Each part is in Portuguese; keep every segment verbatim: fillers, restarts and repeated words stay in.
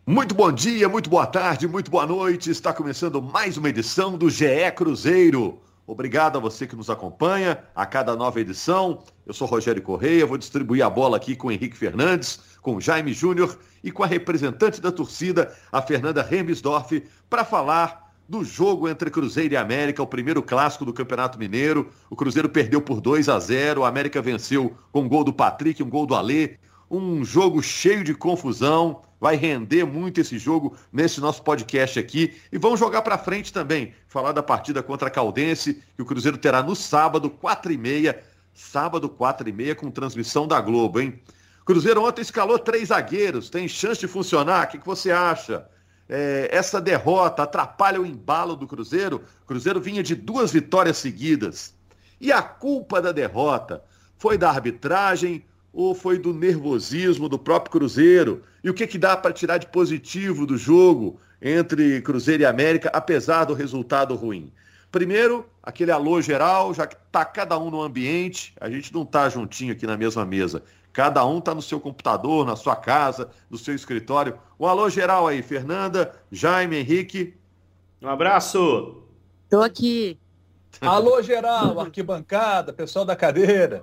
Muito bom dia, muito boa tarde, muito boa noite. Está começando mais uma edição do G E Cruzeiro. Obrigado a você que nos acompanha a cada nova edição. Eu sou Rogério Correia, vou distribuir a bola aqui com o Henrique Fernandes, com o Jaime Júnior e com a representante da torcida, a Fernanda Remisdorf, para falar do jogo entre Cruzeiro e América, o primeiro clássico do Campeonato Mineiro. O Cruzeiro perdeu por dois a zero, a América venceu com um gol do Patrick, um gol do Alê. Um jogo cheio de confusão. Vai render muito esse jogo nesse nosso podcast aqui. E vamos jogar para frente também. Falar da partida contra a Caldense, que o Cruzeiro terá no sábado, quatro e meia. Sábado, quatro e meia, com transmissão da Globo, hein? Cruzeiro ontem escalou três zagueiros. Tem chance de funcionar? O que, que você acha? É, essa derrota atrapalha o embalo do Cruzeiro? O Cruzeiro vinha de duas vitórias seguidas. E a culpa da derrota foi da arbitragem ou foi do nervosismo do próprio Cruzeiro? E o que, que dá para tirar de positivo do jogo entre Cruzeiro e América, apesar do resultado ruim? Primeiro, aquele alô geral, já que está cada um no ambiente, a gente não está juntinho aqui na mesma mesa. Cada um está no seu computador, na sua casa, no seu escritório. Um alô geral aí, Fernanda, Jaime, Henrique. Um abraço. Estou aqui. Alô geral, arquibancada, pessoal da cadeira.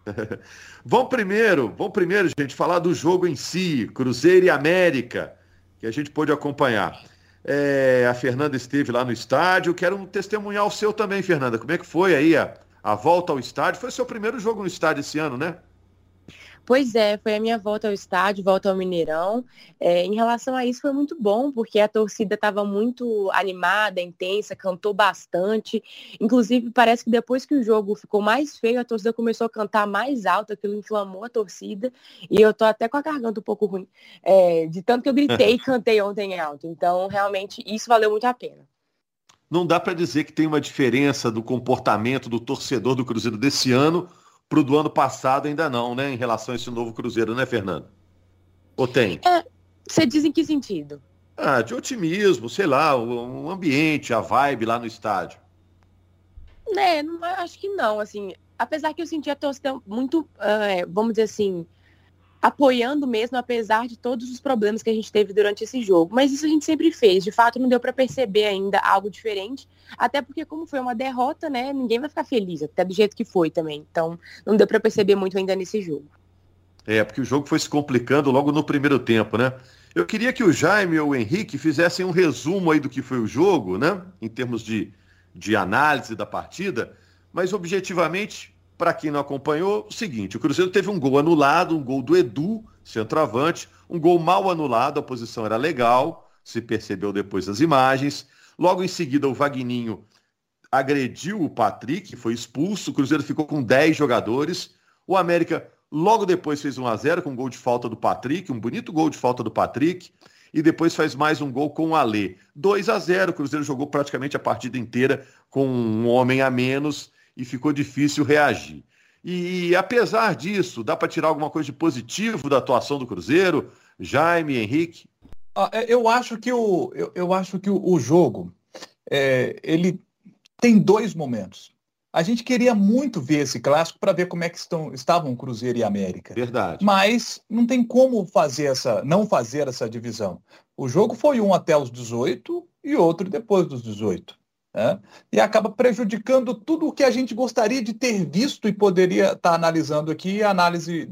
Vamos primeiro, vamos primeiro, gente, falar do jogo em si, Cruzeiro e América, que a gente pôde acompanhar. É, a Fernanda esteve lá no estádio, quero um testemunhal seu também, Fernanda. Como é que foi aí a, a volta ao estádio? Foi o seu primeiro jogo no estádio esse ano, né? Pois é, foi a minha volta ao estádio, volta ao Mineirão. É, em relação a isso foi muito bom, porque a torcida estava muito animada, intensa, cantou bastante. Inclusive, parece que depois que o jogo ficou mais feio, a torcida começou a cantar mais alto, aquilo inflamou a torcida. E eu tô até com a garganta um pouco ruim, é, de tanto que eu gritei e cantei ontem em alto. Então, realmente, isso valeu muito a pena. Não dá para dizer que tem uma diferença do comportamento do torcedor do Cruzeiro desse ano pro do ano passado ainda não, né? Em relação a esse novo Cruzeiro, né, Fernando? Ou tem? É, você diz em que sentido? Ah, de otimismo, sei lá, o, o ambiente, a vibe lá no estádio. Né, não, acho que não, assim, apesar que eu senti a torcida muito, é, vamos dizer assim, apoiando mesmo, apesar de todos os problemas que a gente teve durante esse jogo. Mas isso a gente sempre fez. De fato, não deu para perceber ainda algo diferente. Até porque, como foi uma derrota, né, ninguém vai ficar feliz, até do jeito que foi também. Então, não deu para perceber muito ainda nesse jogo. É, porque o jogo foi se complicando logo no primeiro tempo, né? Eu queria que o Jaime ou o Henrique fizessem um resumo aí do que foi o jogo, né? Em termos de, de análise da partida. Mas, objetivamente, para quem não acompanhou, o seguinte: o Cruzeiro teve um gol anulado, um gol do Edu, centroavante, um gol mal anulado, a posição era legal, se percebeu depois das imagens. Logo em seguida, o Vagninho agrediu o Patrick, foi expulso, o Cruzeiro ficou com dez jogadores. O América logo depois fez um a zero com um gol de falta do Patrick, um bonito gol de falta do Patrick, e depois faz mais um gol com o Alê. dois a zero, o Cruzeiro jogou praticamente a partida inteira com um homem a menos, e ficou difícil reagir. E, apesar disso, dá para tirar alguma coisa de positivo da atuação do Cruzeiro? Jaime, Henrique? Ah, eu acho que o, eu, eu acho que o, o jogo, é, ele tem dois momentos. A gente queria muito ver esse clássico para ver como é que estão, estavam Cruzeiro e América. Verdade. Mas não tem como fazer essa, não fazer essa divisão. O jogo foi um até os dezoito e outro depois dos dezoito. É, e acaba prejudicando tudo o que a gente gostaria de ter visto e poderia estar analisando aqui, e a análise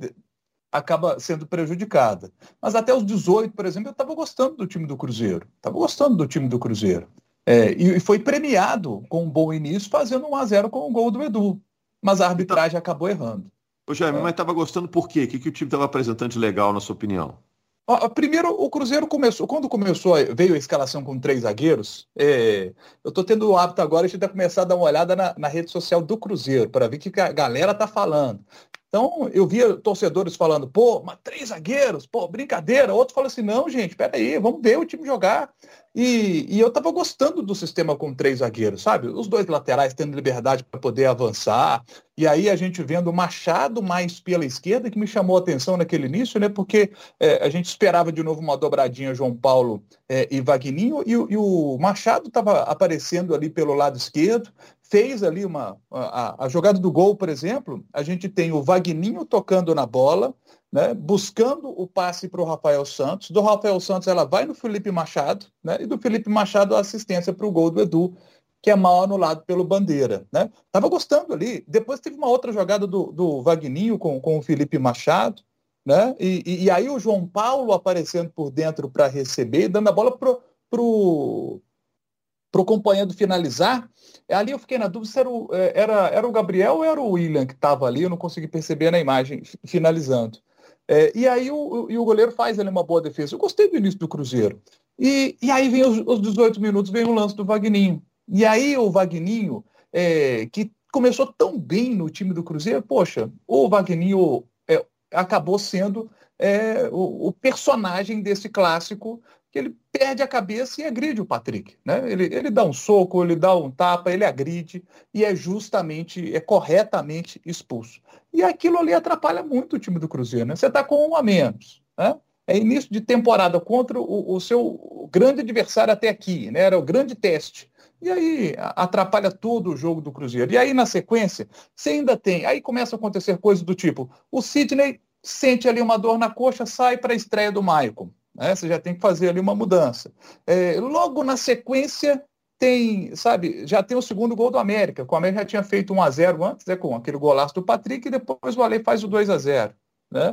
acaba sendo prejudicada. Mas até os dezoito, por exemplo, eu estava gostando do time do Cruzeiro. Estava gostando do time do Cruzeiro. É, e foi premiado com um bom início, fazendo um a zero com o gol do Edu. Mas a arbitragem acabou errando. Ô, Jaime, é. Mas estava gostando por quê? O que, que o time estava apresentando de legal, na sua opinião? Primeiro, o Cruzeiro começou, quando começou, veio a escalação com três zagueiros, é, eu estou tendo o hábito agora de começar a dar uma olhada na, na rede social do Cruzeiro, para ver o que a galera tá falando. Então, eu via torcedores falando, pô, mas três zagueiros, pô, brincadeira. Outro falou assim, não, gente, peraí, vamos ver o time jogar. E, e eu tava gostando do sistema com três zagueiros, sabe? Os dois laterais tendo liberdade para poder avançar. E aí a gente vendo o Machado mais pela esquerda, que me chamou a atenção naquele início, né? Porque é, a gente esperava de novo uma dobradinha João Paulo é, e Vagninho, e, e o Machado estava aparecendo ali pelo lado esquerdo, fez ali uma... A, a jogada do gol, por exemplo, a gente tem o Vagninho tocando na bola, né, buscando o passe para o Rafael Santos. Do Rafael Santos ela vai no Felipe Machado, né, e do Felipe Machado a assistência para o gol do Edu, que é mal anulado pelo Bandeira. Né? Tava gostando ali. Depois teve uma outra jogada do, do Vagninho com, com o Felipe Machado, né? E, e, e aí o João Paulo aparecendo por dentro para receber e dando a bola pro, pro, pro companheiro finalizar. Ali eu fiquei na dúvida se era o, era, era o Gabriel ou era o William que estava ali, eu não consegui perceber na imagem, finalizando. É, e aí o, e o goleiro faz ali uma boa defesa. Eu gostei do início do Cruzeiro. E, e aí vem os, os dezoito minutos, vem o lance do Vagninho. E aí o Vagninho, é, que começou tão bem no time do Cruzeiro, poxa, o Vagninho é, acabou sendo é, o, o personagem desse clássico, que ele perde a cabeça e agride o Patrick. Né? Ele, ele dá um soco, ele dá um tapa, ele agride e é justamente, é corretamente expulso. E aquilo ali atrapalha muito o time do Cruzeiro. Né? Você está com um a menos, né? É início de temporada contra o, o seu grande adversário até aqui, né? Era o grande teste. E aí atrapalha todo o jogo do Cruzeiro. E aí, na sequência, você ainda tem... Aí começa a acontecer coisas do tipo, o Sidney sente ali uma dor na coxa, sai para a estreia do Maicon. Né? Você já tem que fazer ali uma mudança. É, logo na sequência, tem, sabe, já tem o segundo gol do América. O América já tinha feito um a zero antes, né, com aquele golaço do Patrick, e depois o Ale faz o dois a zero. Né?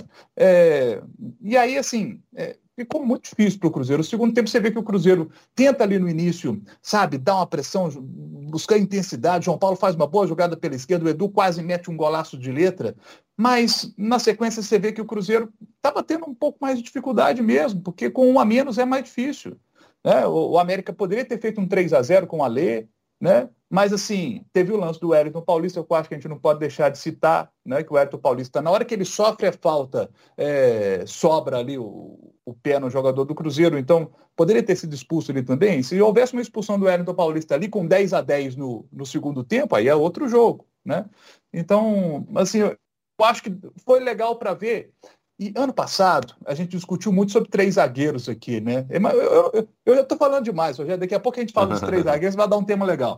É, e aí, assim... É, ficou muito difícil para o Cruzeiro. O segundo tempo você vê que o Cruzeiro tenta ali no início, sabe, dar uma pressão, buscar intensidade. João Paulo faz uma boa jogada pela esquerda, o Edu quase mete um golaço de letra, mas na sequência você vê que o Cruzeiro estava tendo um pouco mais de dificuldade mesmo, porque com um a menos é mais difícil. Né? O, o América poderia ter feito um três a zero com o Alê, né? Mas assim, teve o lance do Wellington Paulista, eu acho que a gente não pode deixar de citar, né, que o Wellington Paulista, na hora que ele sofre a falta, é, sobra ali o, o pé no jogador do Cruzeiro, então poderia ter sido expulso ali também. Se houvesse uma expulsão do Wellington Paulista ali com dez a dez no, no segundo tempo, aí é outro jogo. Né? Então, assim, eu acho que foi legal para ver. E ano passado, a gente discutiu muito sobre três zagueiros aqui, né? Eu estou falando demais, Rogério. Daqui a pouco a gente fala dos três zagueiros, vai dar um tema legal.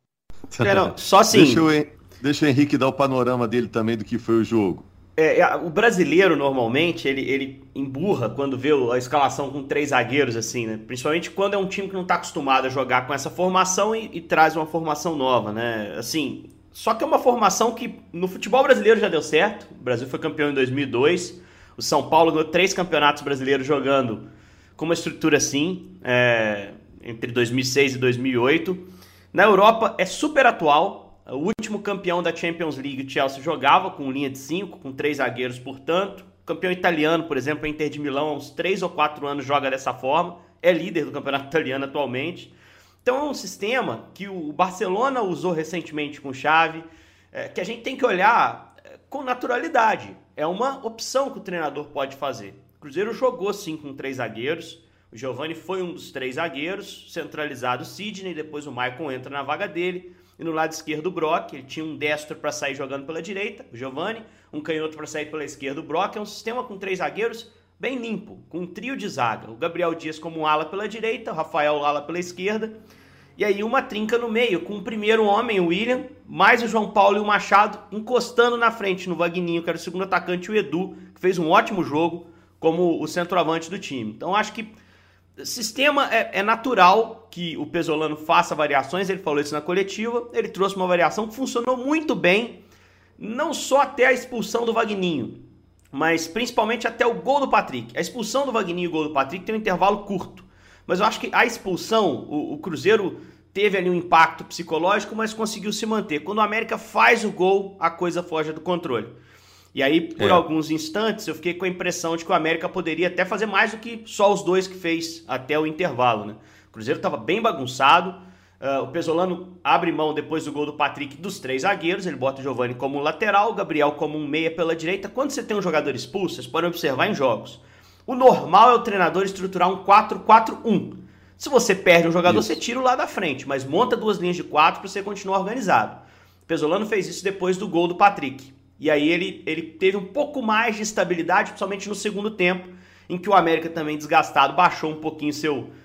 É, não, só assim. Deixa, eu, deixa o Henrique dar o panorama dele também do que foi o jogo. É, o brasileiro, normalmente, ele, ele emburra quando vê a escalação com três zagueiros, assim, né? Principalmente quando é um time que não está acostumado a jogar com essa formação e, e traz uma formação nova, né? Assim, só que é uma formação que no futebol brasileiro já deu certo. O Brasil foi campeão em dois mil e dois. O São Paulo ganhou três campeonatos brasileiros jogando com uma estrutura assim, é, entre dois mil e seis e dois mil e oito. Na Europa é super atual. O último campeão da Champions League, o Chelsea, jogava com linha de cinco, com três zagueiros, portanto. O campeão italiano, por exemplo, a Inter de Milão, há uns três ou quatro anos joga dessa forma. É líder do campeonato italiano atualmente. Então é um sistema que o Barcelona usou recentemente com Xavi, é, que a gente tem que olhar com naturalidade. É uma opção que o treinador pode fazer. O Cruzeiro jogou sim com três zagueiros. O Giovani foi um dos três zagueiros, centralizado o Sidney, depois o Maicon entra na vaga dele. E no lado esquerdo o Brock, ele tinha um destro para sair jogando pela direita, o Giovani, um canhoto para sair pela esquerda, o Brock. É um sistema com três zagueiros bem limpo, com um trio de zaga. O Gabriel Dias como um ala pela direita, o Rafael ala pela esquerda. E aí uma trinca no meio, com o primeiro homem, o William, mais o João Paulo e o Machado, encostando na frente no Vagninho, que era o segundo atacante, o Edu, que fez um ótimo jogo como o centroavante do time. Então acho que o sistema é, é natural que o Pesolano faça variações, ele falou isso na coletiva, ele trouxe uma variação que funcionou muito bem, não só até a expulsão do Vagninho, mas principalmente até o gol do Patrick. A expulsão do Vagninho e o gol do Patrick tem um intervalo curto. Mas eu acho que a expulsão, o, o Cruzeiro teve ali um impacto psicológico, mas conseguiu se manter. Quando o América faz o gol, a coisa foge do controle. E aí, por é. alguns instantes, eu fiquei com a impressão de que o América poderia até fazer mais do que só os dois que fez até o intervalo. Né? O Cruzeiro estava bem bagunçado. Uh, o Pesolano abre mão, depois do gol do Patrick, dos três zagueiros. Ele bota o Giovani como um lateral, o Gabriel como um meia pela direita. Quando você tem um jogador expulso, vocês podem observar em jogos. O normal é o treinador estruturar um quatro quatro um. Se você perde um jogador, isso. Você tira o lado da frente, mas monta duas linhas de quatro para você continuar organizado. O Pesolano fez isso depois do gol do Patrick. E aí ele, ele teve um pouco mais de estabilidade, principalmente no segundo tempo, em que o América também desgastado baixou um pouquinho seu,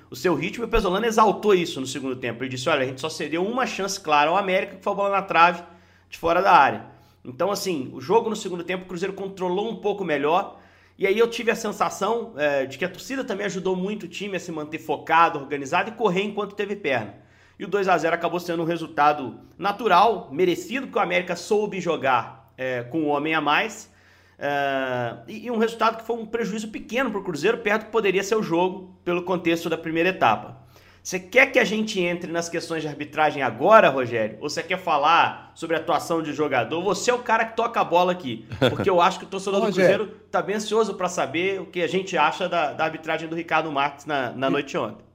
o seu ritmo, e o Pesolano exaltou isso no segundo tempo. Ele disse, olha, a gente só cedeu uma chance clara ao América, que foi a bola na trave de fora da área. Então, assim, o jogo no segundo tempo, o Cruzeiro controlou um pouco melhor, e aí eu tive a sensação é, de que a torcida também ajudou muito o time a se manter focado, organizado e correr enquanto teve perna. E o dois a zero acabou sendo um resultado natural, merecido, porque o América soube jogar é, com um homem a mais, é, e, e um resultado que foi um prejuízo pequeno para o Cruzeiro, perto do que poderia ser o jogo, pelo contexto da primeira etapa. Você quer que a gente entre nas questões de arbitragem agora, Rogério? Ou você quer falar sobre a atuação de jogador? Você é o cara que toca a bola aqui, porque eu acho que o torcedor do Cruzeiro está bem ansioso para saber o que a gente acha da, da arbitragem do Ricardo Marques na, na noite de ontem.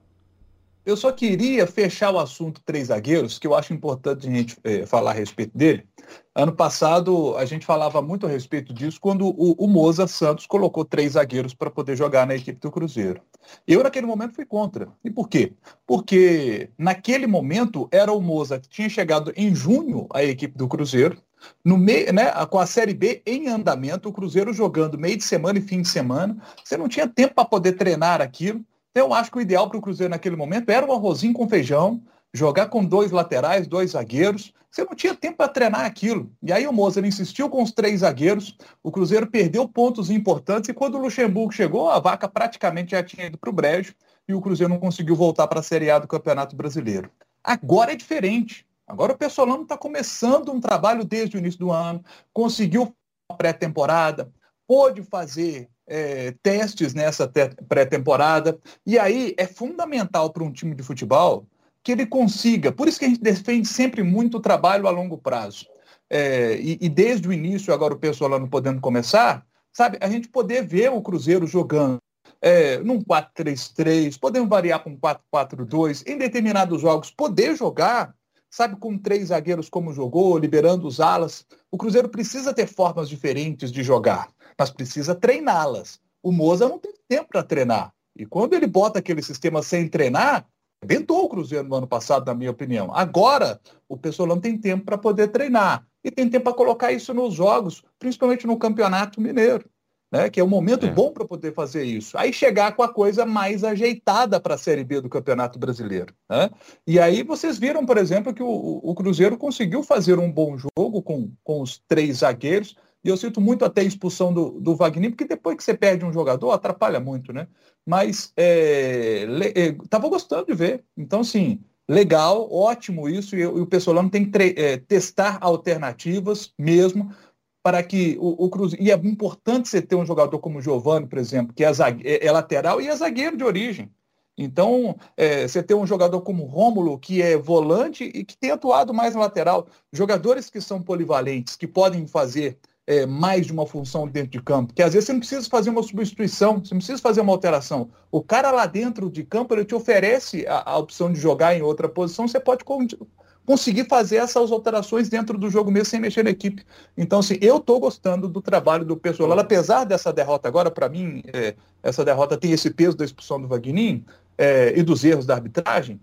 Eu só queria fechar o assunto três zagueiros, que eu acho importante a gente é, falar a respeito dele. Ano passado, a gente falava muito a respeito disso quando o, o Moza Santos colocou três zagueiros para poder jogar na equipe do Cruzeiro. Eu, naquele momento, fui contra. E por quê? Porque, naquele momento, era o Moza que tinha chegado em junho à equipe do Cruzeiro, no meio, né, com a Série B em andamento, o Cruzeiro jogando meio de semana e fim de semana. Você não tinha tempo para poder treinar aquilo. Então, eu acho que o ideal para o Cruzeiro naquele momento era um arrozinho com feijão, jogar com dois laterais, dois zagueiros. Você não tinha tempo para treinar aquilo. E aí o Moza insistiu com os três zagueiros, o Cruzeiro perdeu pontos importantes e quando o Luxemburgo chegou, a vaca praticamente já tinha ido para o brejo e o Cruzeiro não conseguiu voltar para a Série A do Campeonato Brasileiro. Agora é diferente. Agora o Pesolano está começando um trabalho desde o início do ano, conseguiu uma pré-temporada, pôde fazer É, testes nessa pré-temporada, e aí é fundamental para um time de futebol que ele consiga, por isso que a gente defende sempre muito o trabalho a longo prazo, é, e, e desde o início, agora o Pesolano podendo começar, sabe, a gente poder ver o Cruzeiro jogando é, num quatro três três, podemos variar para um quatro quatro dois, em determinados jogos, poder jogar, sabe, com três zagueiros como jogou, liberando os alas. O Cruzeiro precisa ter formas diferentes de jogar, mas precisa treiná-las. O Moza não tem tempo para treinar. E quando ele bota aquele sistema sem treinar, arrebentou o Cruzeiro no ano passado, na minha opinião. Agora, o Pesolano tem tempo para poder treinar. E tem tempo para colocar isso nos jogos, principalmente no Campeonato Mineiro, né, que é um momento é. bom para poder fazer isso. Aí chegar com a coisa mais ajeitada para a Série B do Campeonato Brasileiro. Né? E aí vocês viram, por exemplo, que o, o Cruzeiro conseguiu fazer um bom jogo com, com os três zagueiros. E eu sinto muito até a expulsão do, do Wagner, porque depois que você perde um jogador, atrapalha muito, né? Mas estava é, é, gostando de ver. Então, assim, legal, ótimo isso. E, e o Pesolano tem que é, testar alternativas mesmo para que o, o Cruzeiro... E é importante você ter um jogador como o Giovani, por exemplo, que é, zague... é, é lateral e é zagueiro de origem. Então, é, você tem um jogador como o Rômulo, que é volante e que tem atuado mais na lateral. Jogadores que são polivalentes, que podem fazer... É, mais de uma função dentro de campo, que às vezes você não precisa fazer uma substituição, você não precisa fazer uma alteração. O cara lá dentro de campo, ele te oferece a, a opção de jogar em outra posição, você pode con- conseguir fazer essas alterações dentro do jogo mesmo sem mexer na equipe. Então, assim, eu estou gostando do trabalho do Pesolano, apesar dessa derrota agora, para mim, é, essa derrota tem esse peso da expulsão do Wagner é, e dos erros da arbitragem.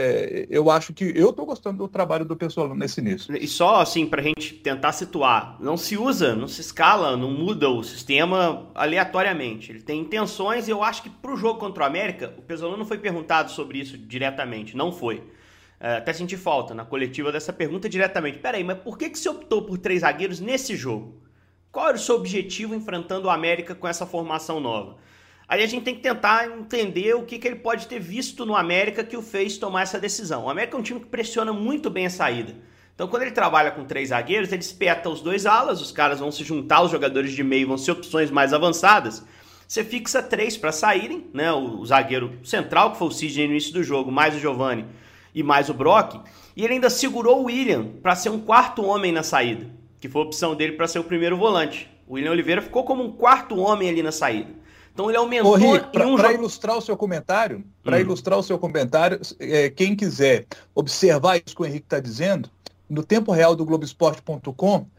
É, eu acho que eu estou gostando do trabalho do Pesolano nesse início. E só assim, para a gente tentar situar, não se usa, não se escala, não muda o sistema aleatoriamente. Ele tem intenções e eu acho que para o jogo contra o América, o Pesolano não foi perguntado sobre isso diretamente, não foi. É, até senti falta na coletiva dessa pergunta diretamente. Peraí, mas por que, que você optou por três zagueiros nesse jogo? Qual era o seu objetivo enfrentando o América com essa formação nova? Aí a gente tem que tentar entender o que, que ele pode ter visto no América que o fez tomar essa decisão. O América é um time que pressiona muito bem a saída. Então, quando ele trabalha com três zagueiros, ele espeta os dois alas, os caras vão se juntar, os jogadores de meio vão ser opções mais avançadas. Você fixa três para saírem, né? O zagueiro central, que foi o Sidney no início do jogo, mais o Giovani e mais o Brock. E ele ainda segurou o William para ser um quarto homem na saída, que foi a opção dele para ser o primeiro volante. O William Oliveira ficou como um quarto homem ali na saída. Então ele aumentou. Para um jo... jogo... ilustrar o seu comentário, para hum. ilustrar o seu comentário, é, quem quiser observar isso que o Henrique está dizendo, no tempo real do Globoesporte ponto com,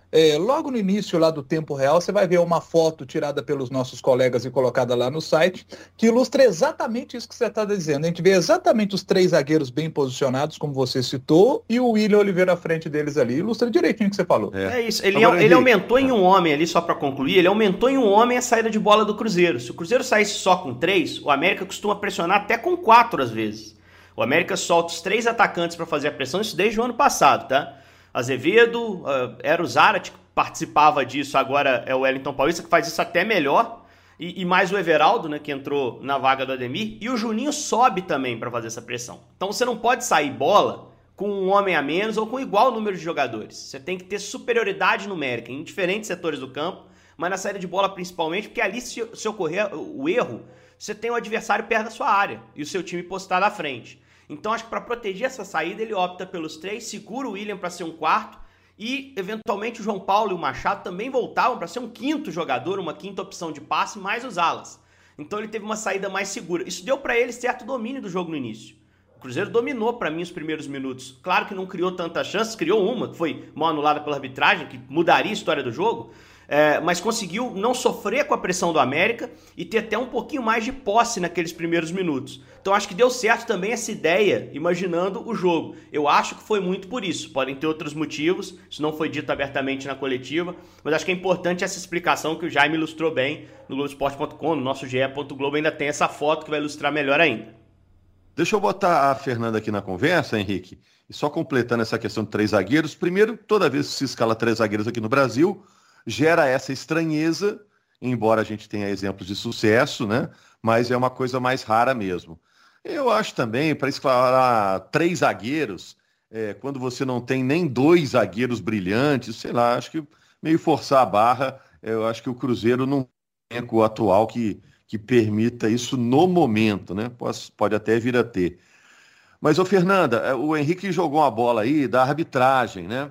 É, logo no início lá do tempo real, você vai ver uma foto tirada pelos nossos colegas e colocada lá no site, que ilustra exatamente isso que você está dizendo. A gente vê exatamente os três zagueiros bem posicionados, como você citou, e o William Oliveira à frente deles ali. Ilustra direitinho o que você falou. É, é isso. Ele, Agora, ele aumentou em um homem ali, só para concluir, ele aumentou em um homem a saída de bola do Cruzeiro. Se o Cruzeiro saísse só com três, o América costuma pressionar até com quatro às vezes. O América solta os três atacantes para fazer a pressão, isso desde o ano passado, tá? Azevedo, uh, era o Zarate que participava disso, agora é o Wellington Paulista, que faz isso até melhor, e, e mais o Everaldo, né, que entrou na vaga do Ademir, e o Juninho sobe também para fazer essa pressão. Então você não pode sair bola com um homem a menos ou com igual número de jogadores. Você tem que ter superioridade numérica em diferentes setores do campo, mas na saída de bola principalmente, porque ali se, se ocorrer o erro, você tem o adversário perto da sua área e o seu time postado à frente. Então acho que para proteger essa saída ele opta pelos três, segura o William para ser um quarto e eventualmente o João Paulo e o Machado também voltavam para ser um quinto jogador, uma quinta opção de passe, mais os alas. Então ele teve uma saída mais segura. Isso deu para ele certo domínio do jogo no início. O Cruzeiro dominou para mim os primeiros minutos. Claro que não criou tantas chances, criou uma que foi mal anulada pela arbitragem, que mudaria a história do jogo. É, mas conseguiu não sofrer com a pressão do América e ter até um pouquinho mais de posse naqueles primeiros minutos. Então acho que deu certo também essa ideia, imaginando o jogo. Eu acho que foi muito por isso. Podem ter outros motivos, isso não foi dito abertamente na coletiva, mas acho que é importante essa explicação que o Jaime ilustrou bem no Globoesporte ponto com, no nosso G E ponto Globo ainda tem essa foto que vai ilustrar melhor ainda. Deixa eu botar a Fernanda aqui na conversa, Henrique, e só completando essa questão de três zagueiros. Primeiro, toda vez que se escala três zagueiros aqui no Brasil, gera essa estranheza, embora a gente tenha exemplos de sucesso, né? Mas é uma coisa mais rara mesmo. Eu acho também, para escalar três zagueiros, é, quando você não tem nem dois zagueiros brilhantes, sei lá, acho que meio forçar a barra, eu acho que o Cruzeiro não tem o atual que, que permita isso no momento, né? Pode, pode até vir a ter. Mas, ô Fernanda, o Henrique jogou uma bola aí da arbitragem, né?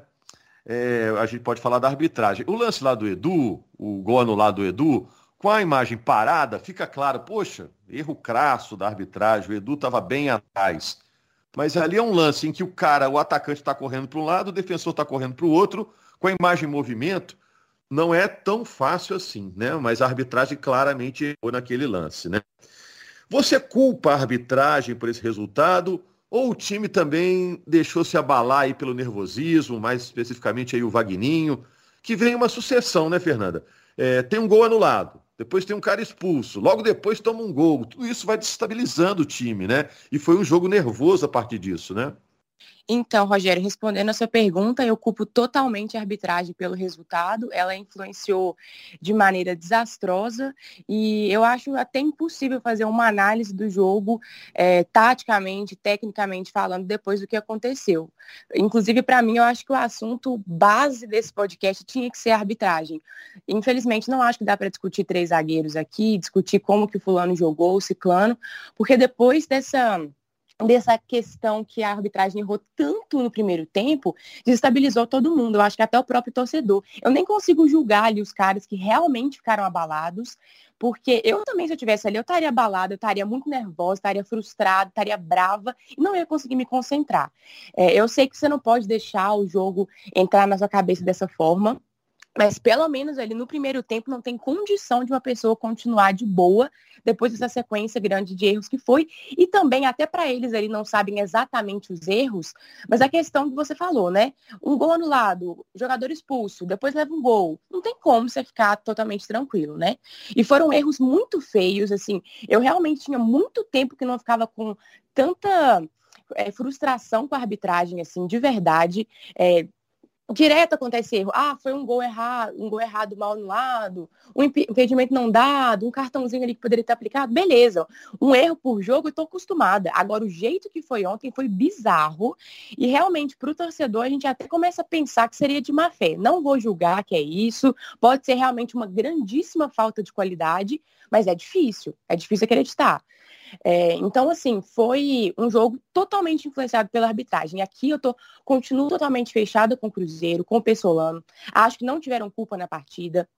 É, a gente pode falar da arbitragem. O lance lá do Edu, o gol anulado do Edu, com a imagem parada, fica claro, poxa, erro crasso da arbitragem, o Edu estava bem atrás. Mas ali é um lance em que o cara, o atacante está correndo para um lado, o defensor está correndo para o outro, com a imagem em movimento, não é tão fácil assim, né? Mas a arbitragem claramente errou naquele lance, né? Você culpa a arbitragem por esse resultado? Ou o time também deixou se abalar aí pelo nervosismo, mais especificamente aí o Vagninho, que vem uma sucessão, né, Fernanda? É, tem um gol anulado, depois tem um cara expulso, logo depois toma um gol. Tudo isso vai desestabilizando o time, né? E foi um jogo nervoso a partir disso, né? Então, Rogério, respondendo a sua pergunta, eu culpo totalmente a arbitragem pelo resultado. Ela influenciou de maneira desastrosa e eu acho até impossível fazer uma análise do jogo é, taticamente, tecnicamente falando, depois do que aconteceu. Inclusive, para mim, eu acho que o assunto base desse podcast tinha que ser a arbitragem. Infelizmente, não acho que dá para discutir três zagueiros aqui, discutir como que o fulano jogou, o ciclano, porque depois dessa... dessa questão que a arbitragem errou tanto no primeiro tempo, desestabilizou todo mundo. Eu acho que até o próprio torcedor. Eu nem consigo julgar ali os caras que realmente ficaram abalados, porque eu também, se eu estivesse ali, eu estaria abalada, eu estaria muito nervosa, estaria frustrada, estaria brava e não ia conseguir me concentrar. É, eu sei que você não pode deixar o jogo entrar na sua cabeça dessa forma, mas pelo menos ali no primeiro tempo não tem condição de uma pessoa continuar de boa depois dessa sequência grande de erros que foi. E também, até para eles, eles não sabem exatamente os erros, mas a questão que você falou, né? Um gol anulado, jogador expulso, depois leva um gol. Não tem como você ficar totalmente tranquilo, né? E foram erros muito feios, assim. Eu realmente tinha muito tempo que não ficava com tanta é, frustração com a arbitragem, assim, de verdade. É, Direto acontece erro. Ah, foi um gol errado, um gol errado mal anulado, um impedimento não dado, um cartãozinho ali que poderia ter aplicado. Beleza. Um erro por jogo eu tô acostumada. Agora, o jeito que foi ontem foi bizarro. E realmente, pro torcedor, a gente até começa a pensar que seria de má fé. Não vou julgar que é isso. Pode ser realmente uma grandíssima falta de qualidade, mas é difícil. É difícil acreditar. É, então, assim, foi um jogo totalmente influenciado pela arbitragem. Aqui eu tô, continuo totalmente fechada com o Cruzeiro, com o Pessolano. Acho que não tiveram culpa na partida.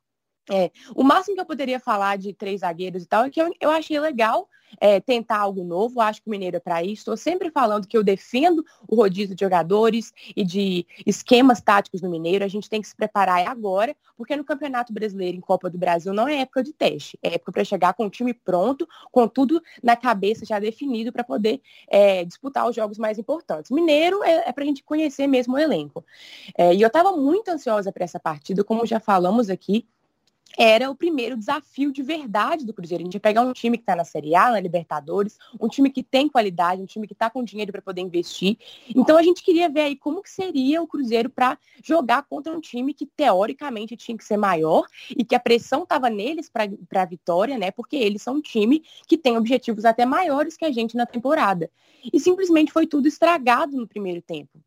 É, o máximo que eu poderia falar de três zagueiros e tal é que eu, eu achei legal é, tentar algo novo. Acho que o Mineiro é para isso. Estou sempre falando que eu defendo o rodízio de jogadores e de esquemas táticos no Mineiro. A gente tem que se preparar agora, porque no Campeonato Brasileiro, em Copa do Brasil, não é época de teste. É época para chegar com o time pronto, com tudo na cabeça já definido para poder é, disputar os jogos mais importantes. Mineiro é, é para a gente conhecer mesmo o elenco. É, e eu estava muito ansiosa para essa partida, como já falamos aqui. Era o primeiro desafio de verdade do Cruzeiro. A gente ia pegar um time que está na Série A, na Libertadores, um time que tem qualidade, um time que está com dinheiro para poder investir. Então a gente queria ver aí como que seria o Cruzeiro para jogar contra um time que teoricamente tinha que ser maior e que a pressão estava neles para a vitória, né? Porque eles são um time que tem objetivos até maiores que a gente na temporada. E simplesmente foi tudo estragado no primeiro tempo.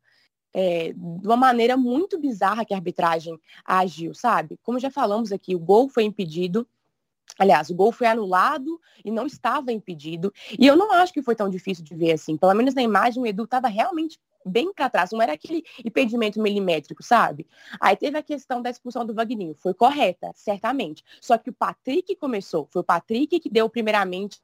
É, de uma maneira muito bizarra que a arbitragem agiu, sabe? Como já falamos aqui, o gol foi impedido. Aliás, o gol foi anulado e não estava impedido. E eu não acho que foi tão difícil de ver assim. Pelo menos na imagem, o Edu estava realmente bem para trás. Não era aquele impedimento milimétrico, sabe? Aí teve a questão da expulsão do Vagninho. Foi correta, certamente. Só que o Patrick começou. Foi o Patrick que deu, primeiramente,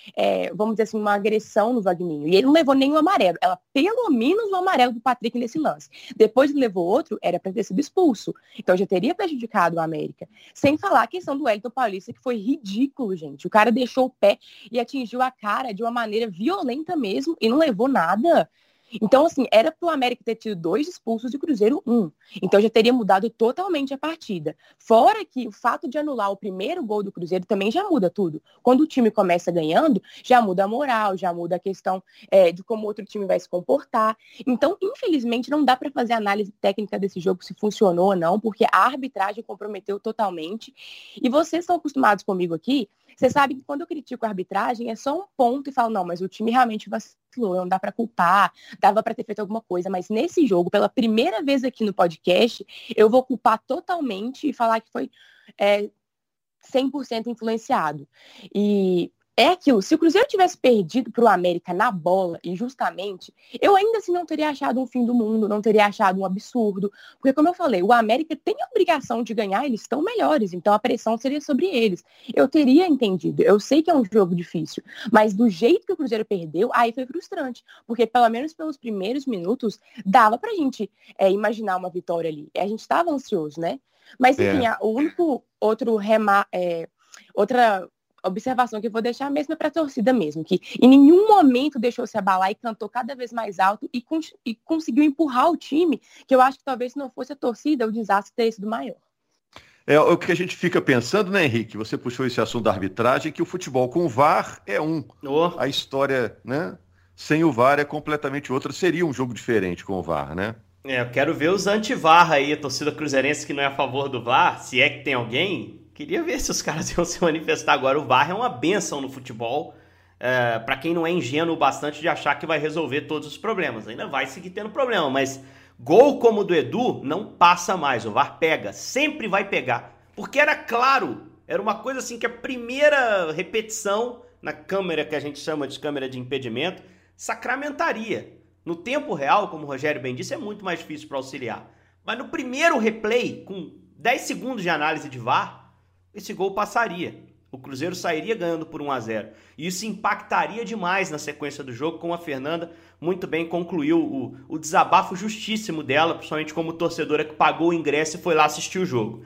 é, vamos dizer assim, uma agressão no Vagninho. E ele não levou nenhum amarelo. Ela, pelo menos, um amarelo do Patrick nesse lance. Depois ele levou outro, era para ter sido expulso. Então já teria prejudicado o América. Sem falar a questão do Wellington Paulista, que foi ridículo, gente. O cara deixou o pé e atingiu a cara de uma maneira violenta mesmo e não levou nada. Então, assim, era pro América ter tido dois expulsos e o Cruzeiro um. Então já teria mudado totalmente a partida. Fora que o fato de anular o primeiro gol do Cruzeiro também já muda tudo. Quando o time começa ganhando, já muda a moral, já muda a questão é, de como o outro time vai se comportar. Então, infelizmente, não dá para fazer análise técnica desse jogo se funcionou ou não, porque a arbitragem comprometeu totalmente. E vocês estão acostumados comigo aqui, você sabe que quando eu critico a arbitragem é só um ponto e falo, não, mas o time realmente vacilou, não dá para culpar, dava para ter feito alguma coisa, mas nesse jogo, pela primeira vez aqui no podcast, eu vou culpar totalmente e falar que foi é, cem por cento influenciado. E é aquilo, se o Cruzeiro tivesse perdido para o América na bola, e justamente, eu ainda assim não teria achado um fim do mundo, não teria achado um absurdo, porque como eu falei, o América tem a obrigação de ganhar, eles estão melhores, então a pressão seria sobre eles. Eu teria entendido, eu sei que é um jogo difícil, mas do jeito que o Cruzeiro perdeu, aí foi frustrante, porque pelo menos pelos primeiros minutos, dava pra gente é, imaginar uma vitória ali, a gente estava ansioso, né? Mas enfim, é. o único outro remar, é, outra observação que eu vou deixar mesmo é para a torcida mesmo, que em nenhum momento deixou se abalar e cantou cada vez mais alto e, con- e conseguiu empurrar o time, que eu acho que talvez se não fosse a torcida, o desastre teria sido maior. É o que a gente fica pensando, né, Henrique? Você puxou esse assunto da arbitragem, que o futebol com o V A R é um. Oh. A história, né, sem o V A R é completamente outra. Seria um jogo diferente com o V A R, né? É, eu quero ver os anti-V A R aí, a torcida cruzeirense que não é a favor do V A R, se é que tem alguém. Queria ver se os caras iam se manifestar agora. O V A R é uma bênção no futebol, é, para quem não é ingênuo bastante de achar que vai resolver todos os problemas. Ainda vai seguir tendo problema, mas gol como o do Edu não passa mais. O V A R pega, sempre vai pegar. Porque era claro, era uma coisa assim que a primeira repetição na câmera que a gente chama de câmera de impedimento sacramentaria. No tempo real, como o Rogério bem disse, é muito mais difícil para auxiliar. Mas no primeiro replay, com dez segundos de análise de V A R, esse gol passaria. O Cruzeiro sairia ganhando por um a zero. E isso impactaria demais na sequência do jogo, como a Fernanda muito bem concluiu o, o desabafo justíssimo dela, principalmente como torcedora que pagou o ingresso e foi lá assistir o jogo.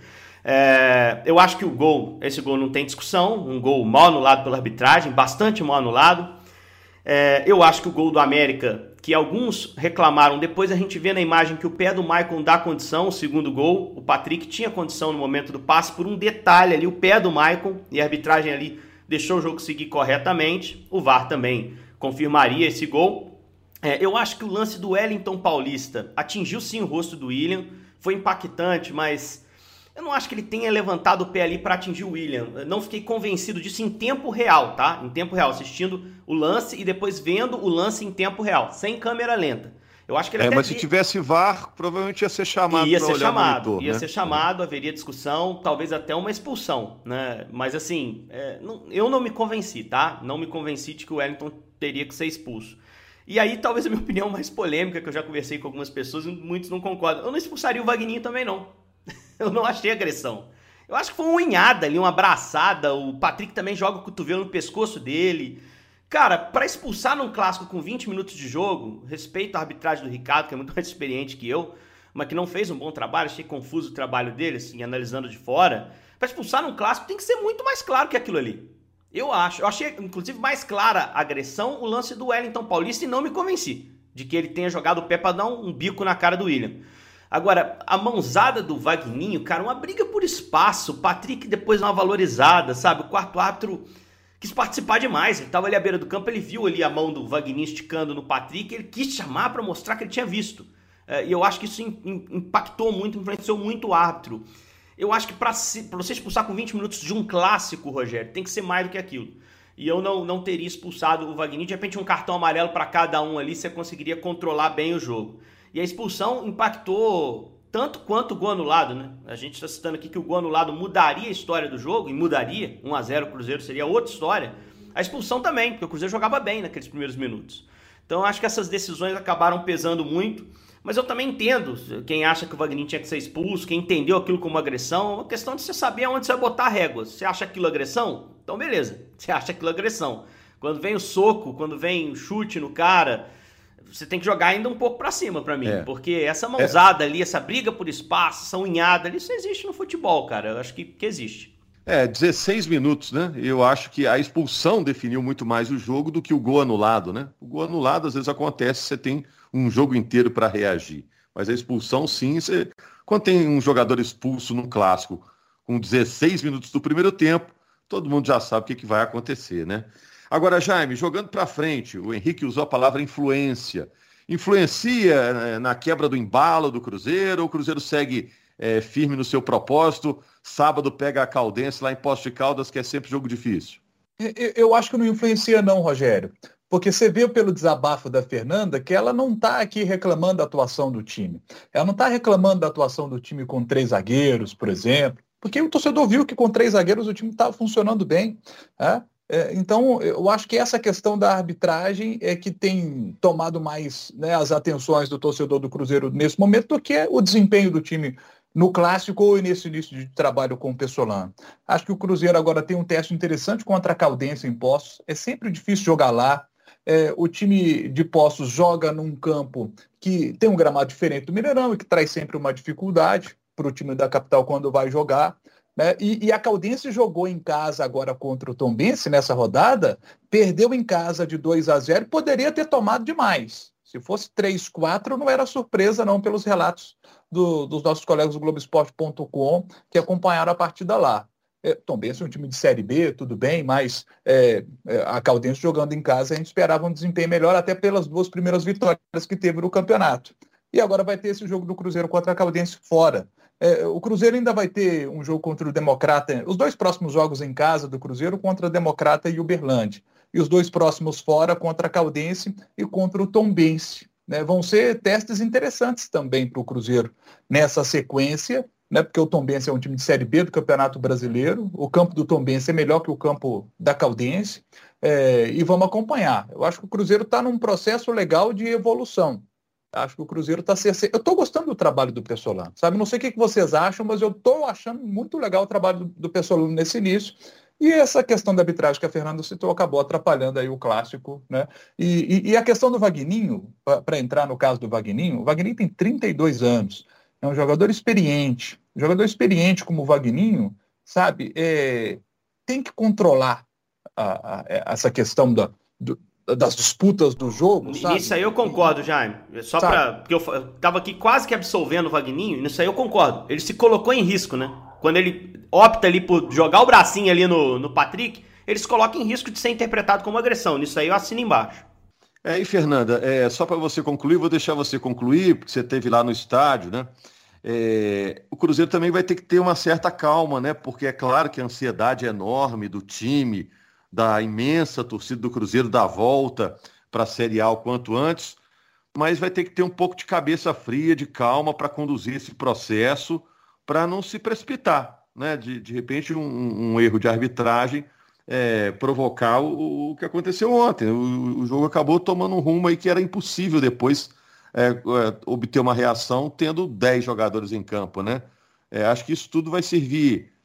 É, eu acho que o gol, esse gol não tem discussão, um gol mal anulado pela arbitragem, bastante mal anulado. É, eu acho que o gol do América, que alguns reclamaram, depois a gente vê na imagem que o pé do Maicon dá condição, o segundo gol, o Patrick tinha condição no momento do passe, por um detalhe ali, o pé do Maicon, e a arbitragem ali deixou o jogo seguir corretamente, o V A R também confirmaria esse gol. É, eu acho que o lance do Wellington Paulista atingiu sim o rosto do William, foi impactante, mas eu não acho que ele tenha levantado o pé ali para atingir o William. Eu não fiquei convencido disso em tempo real, tá? Em tempo real, assistindo o lance e depois vendo o lance em tempo real, sem câmera lenta. Eu acho que ele é, até mas se tivesse V A R, provavelmente ia ser chamado. Ia ser chamado, monitor, ia né? ser chamado, haveria discussão, talvez até uma expulsão, né? Mas assim, é, não, eu não me convenci, tá? Não me convenci de que o Wellington teria que ser expulso. E aí, talvez a minha opinião mais polêmica, que eu já conversei com algumas pessoas e muitos não concordam. Eu não expulsaria o Vagninho também, não. Eu não achei agressão. Eu acho que foi uma unhada ali, uma abraçada. O Patrick também joga o cotovelo no pescoço dele. Cara, pra expulsar num clássico com vinte minutos de jogo, respeito a arbitragem do Ricardo, que é muito mais experiente que eu, mas que não fez um bom trabalho, achei confuso o trabalho dele, assim, analisando de fora. Pra expulsar num clássico tem que ser muito mais claro que aquilo ali. Eu acho. Eu achei, inclusive, mais clara a agressão, o lance do Wellington Paulista, e não me convenci de que ele tenha jogado o pé pra dar um, um bico na cara do William. Agora, a mãozada do Vagninho, cara, uma briga por espaço, o Patrick depois uma valorizada, sabe? O quarto árbitro quis participar demais, ele tava ali à beira do campo, ele viu ali a mão do Vagninho esticando no Patrick, ele quis chamar pra mostrar que ele tinha visto. É, e eu acho que isso impactou muito, influenciou muito o árbitro. Eu acho que pra, pra você expulsar com vinte minutos de um clássico, Rogério, tem que ser mais do que aquilo. E eu não, não teria expulsado o Vagninho, de repente um cartão amarelo pra cada um ali, você conseguiria controlar bem o jogo. E a expulsão impactou tanto quanto o gol anulado, né? A gente está citando aqui que o gol anulado mudaria a história do jogo, e mudaria, um a zero o Cruzeiro seria outra história. A expulsão também, porque o Cruzeiro jogava bem naqueles primeiros minutos. Então eu acho que essas decisões acabaram pesando muito, mas eu também entendo quem acha que o Vagninho tinha que ser expulso, quem entendeu aquilo como agressão, é uma questão de você saber aonde você vai botar a régua. Você acha aquilo agressão? Então beleza, você acha aquilo agressão. Quando vem o soco, quando vem o chute no cara, você tem que jogar ainda um pouco pra cima pra mim, é. Porque essa mãozada é. ali, essa briga por espaço, essa unhada ali, isso existe no futebol, cara, eu acho que, que existe. É, dezesseis minutos, né? Eu acho que a expulsão definiu muito mais o jogo do que o gol anulado, né? O gol anulado às vezes acontece, você tem um jogo inteiro para reagir. Mas a expulsão, sim, você... quando tem um jogador expulso num clássico com dezesseis minutos do primeiro tempo, todo mundo já sabe o que, que vai acontecer, né? Agora, Jaime, jogando para frente, o Henrique usou a palavra influência. Influencia na quebra do embalo do Cruzeiro, ou o Cruzeiro segue é, firme no seu propósito? Sábado pega a Caldense lá em Poços de Caldas, que é sempre jogo difícil. Eu, eu acho que não influencia não, Rogério. Porque você vê pelo desabafo da Fernanda que ela não está aqui reclamando da atuação do time. Ela não está reclamando da atuação do time com três zagueiros, por exemplo. Porque o torcedor viu que com três zagueiros o time estava funcionando bem, né? É, então, eu acho que essa questão da arbitragem é que tem tomado mais, né, as atenções do torcedor do Cruzeiro nesse momento do que o desempenho do time no clássico ou nesse início de trabalho com o Pessolano. Acho que o Cruzeiro agora tem um teste interessante contra a Caldense em Poços. É sempre difícil jogar lá. É, o time de Poços joga num campo que tem um gramado diferente do Mineirão e que traz sempre uma dificuldade para o time da capital quando vai jogar. Né? E, e a Caldense jogou em casa agora contra o Tombense nessa rodada, perdeu em casa de dois a zero, poderia ter tomado demais. Se fosse três a quatro, não era surpresa não pelos relatos do, dos nossos colegas do Globo Esporte ponto com que acompanharam a partida lá. É, Tombense é um time de Série B, tudo bem, mas é, a Caldense jogando em casa a gente esperava um desempenho melhor até pelas duas primeiras vitórias que teve no campeonato. E agora vai ter esse jogo do Cruzeiro contra a Caldense fora. É, o Cruzeiro ainda vai ter um jogo contra o Democrata, os dois próximos jogos em casa do Cruzeiro contra o Democrata e o Uberlândia. E os dois próximos fora contra a Caldense e contra o Tombense. Né? Vão ser testes interessantes também para o Cruzeiro nessa sequência, né? Porque o Tombense é um time de Série B do Campeonato Brasileiro, o campo do Tombense é melhor que o campo da Caldense, é, e vamos acompanhar. Eu acho que o Cruzeiro está num processo legal de evolução. Acho que o Cruzeiro está... Eu estou gostando do trabalho do Pessolano, sabe? Não sei o que vocês acham, mas eu estou achando muito legal o trabalho do, do Pessolano nesse início. E essa questão da arbitragem que a Fernanda citou acabou atrapalhando aí o clássico, né? E, e, e a questão do Vagninho, para entrar no caso do Vagninho, o Vagninho tem trinta e dois anos, é um jogador experiente. Um jogador experiente como o Vagninho, sabe? É, tem que controlar a, a, essa questão da... Do, das disputas do jogo, sabe? Nisso aí eu concordo, Jaime. Só para porque eu, eu tava aqui quase que absolvendo o Vagninho, nisso aí eu concordo. Ele se colocou em risco, né? Quando ele opta ali por jogar o bracinho ali no, no Patrick, ele se coloca em risco de ser interpretado como agressão. Nisso aí eu assino embaixo. É, e Fernanda, é, só para você concluir, vou deixar você concluir, porque você esteve lá no estádio, né? É, o Cruzeiro também vai ter que ter uma certa calma, né? Porque é claro que a ansiedade é enorme do time, da imensa torcida do Cruzeiro, da volta para a Série A o quanto antes, mas vai ter que ter um pouco de cabeça fria, de calma para conduzir esse processo, para não se precipitar, né? De, de repente um, um erro de arbitragem é, provocar o, o que aconteceu ontem. O, o jogo acabou tomando um rumo aí que era impossível depois é, é, obter uma reação tendo dez jogadores em campo, né? É, acho que isso tudo vai servir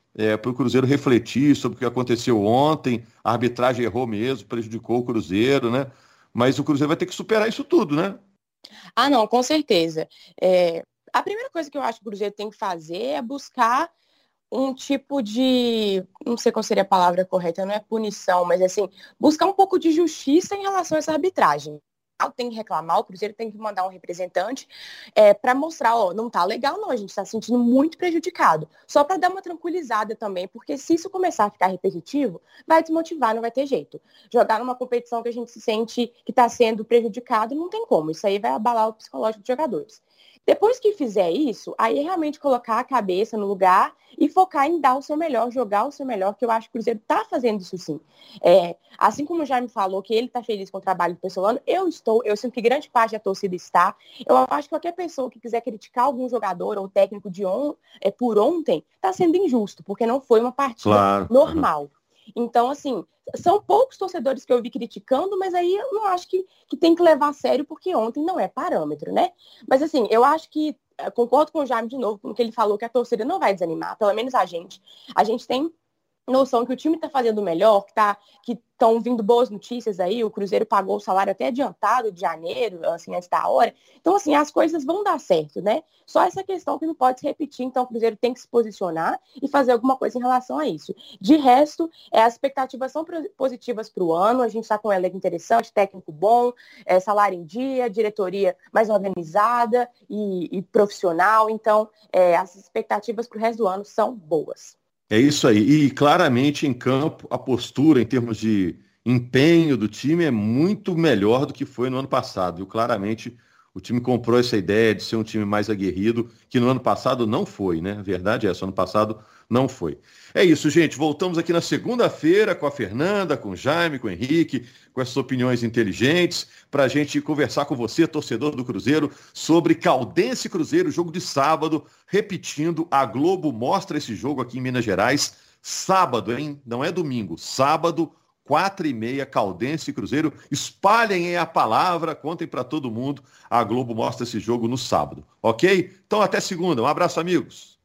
é, para o Cruzeiro refletir sobre o que aconteceu ontem. A arbitragem errou mesmo, prejudicou o Cruzeiro, né? Mas o Cruzeiro vai ter que superar isso tudo, né? Ah, não, com certeza. É, a primeira coisa que eu acho que o Cruzeiro tem que fazer é buscar um tipo de, não sei qual seria a palavra correta, não é punição, mas assim, buscar um pouco de justiça em relação a essa arbitragem. Tem que reclamar, o Cruzeiro tem que mandar um representante é, para mostrar, ó, não tá legal não, a gente está se sentindo muito prejudicado. Só para dar uma tranquilizada também, porque se isso começar a ficar repetitivo, vai desmotivar, não vai ter jeito. Jogar numa competição que a gente se sente que está sendo prejudicado, não tem como. Isso aí vai abalar o psicológico dos jogadores. Depois que fizer isso, aí é realmente colocar a cabeça no lugar e focar em dar o seu melhor, jogar o seu melhor, que eu acho que o Cruzeiro está fazendo isso sim. É, assim como o Jaime falou que ele está feliz com o trabalho do Pessolano, eu estou, eu sinto que grande parte da torcida está. Eu acho que qualquer pessoa que quiser criticar algum jogador ou técnico de on, é, por ontem, está sendo injusto, porque não foi uma partida Claro. normal. Uhum. Então, assim, são poucos torcedores que eu vi criticando, mas aí eu não acho que, que tem que levar a sério, porque ontem não é parâmetro, né? Mas, assim, eu acho que, concordo com o Jaime de novo, com o que ele falou, que a torcida não vai desanimar, pelo menos a gente. A gente tem noção que o time está fazendo melhor, que tá, que estão vindo boas notícias aí, o Cruzeiro pagou o salário até adiantado de janeiro, assim, antes da hora. Então, assim, as coisas vão dar certo, né? Só essa questão que não pode se repetir, então o Cruzeiro tem que se posicionar e fazer alguma coisa em relação a isso. De resto, é, as expectativas são positivas para o ano, a gente está com um elenco interessante, técnico bom, é, salário em dia, diretoria mais organizada e, e profissional, então é, as expectativas para o resto do ano são boas. É isso aí. E claramente em campo a postura em termos de empenho do time é muito melhor do que foi no ano passado. E claramente o time comprou essa ideia de ser um time mais aguerrido, que no ano passado não foi, né? A verdade é essa, ano passado não foi. É isso, gente. Voltamos aqui na segunda-feira com a Fernanda, com o Jaime, com o Henrique, com essas opiniões inteligentes, para a gente conversar com você, torcedor do Cruzeiro, sobre Caldense e Cruzeiro, jogo de sábado. Repetindo, a Globo mostra esse jogo aqui em Minas Gerais, sábado, hein? Não é domingo, sábado, quatro e meia, Caldense e Cruzeiro. Espalhem aí a palavra, contem para todo mundo. A Globo mostra esse jogo no sábado, ok? Então até segunda. Um abraço, amigos.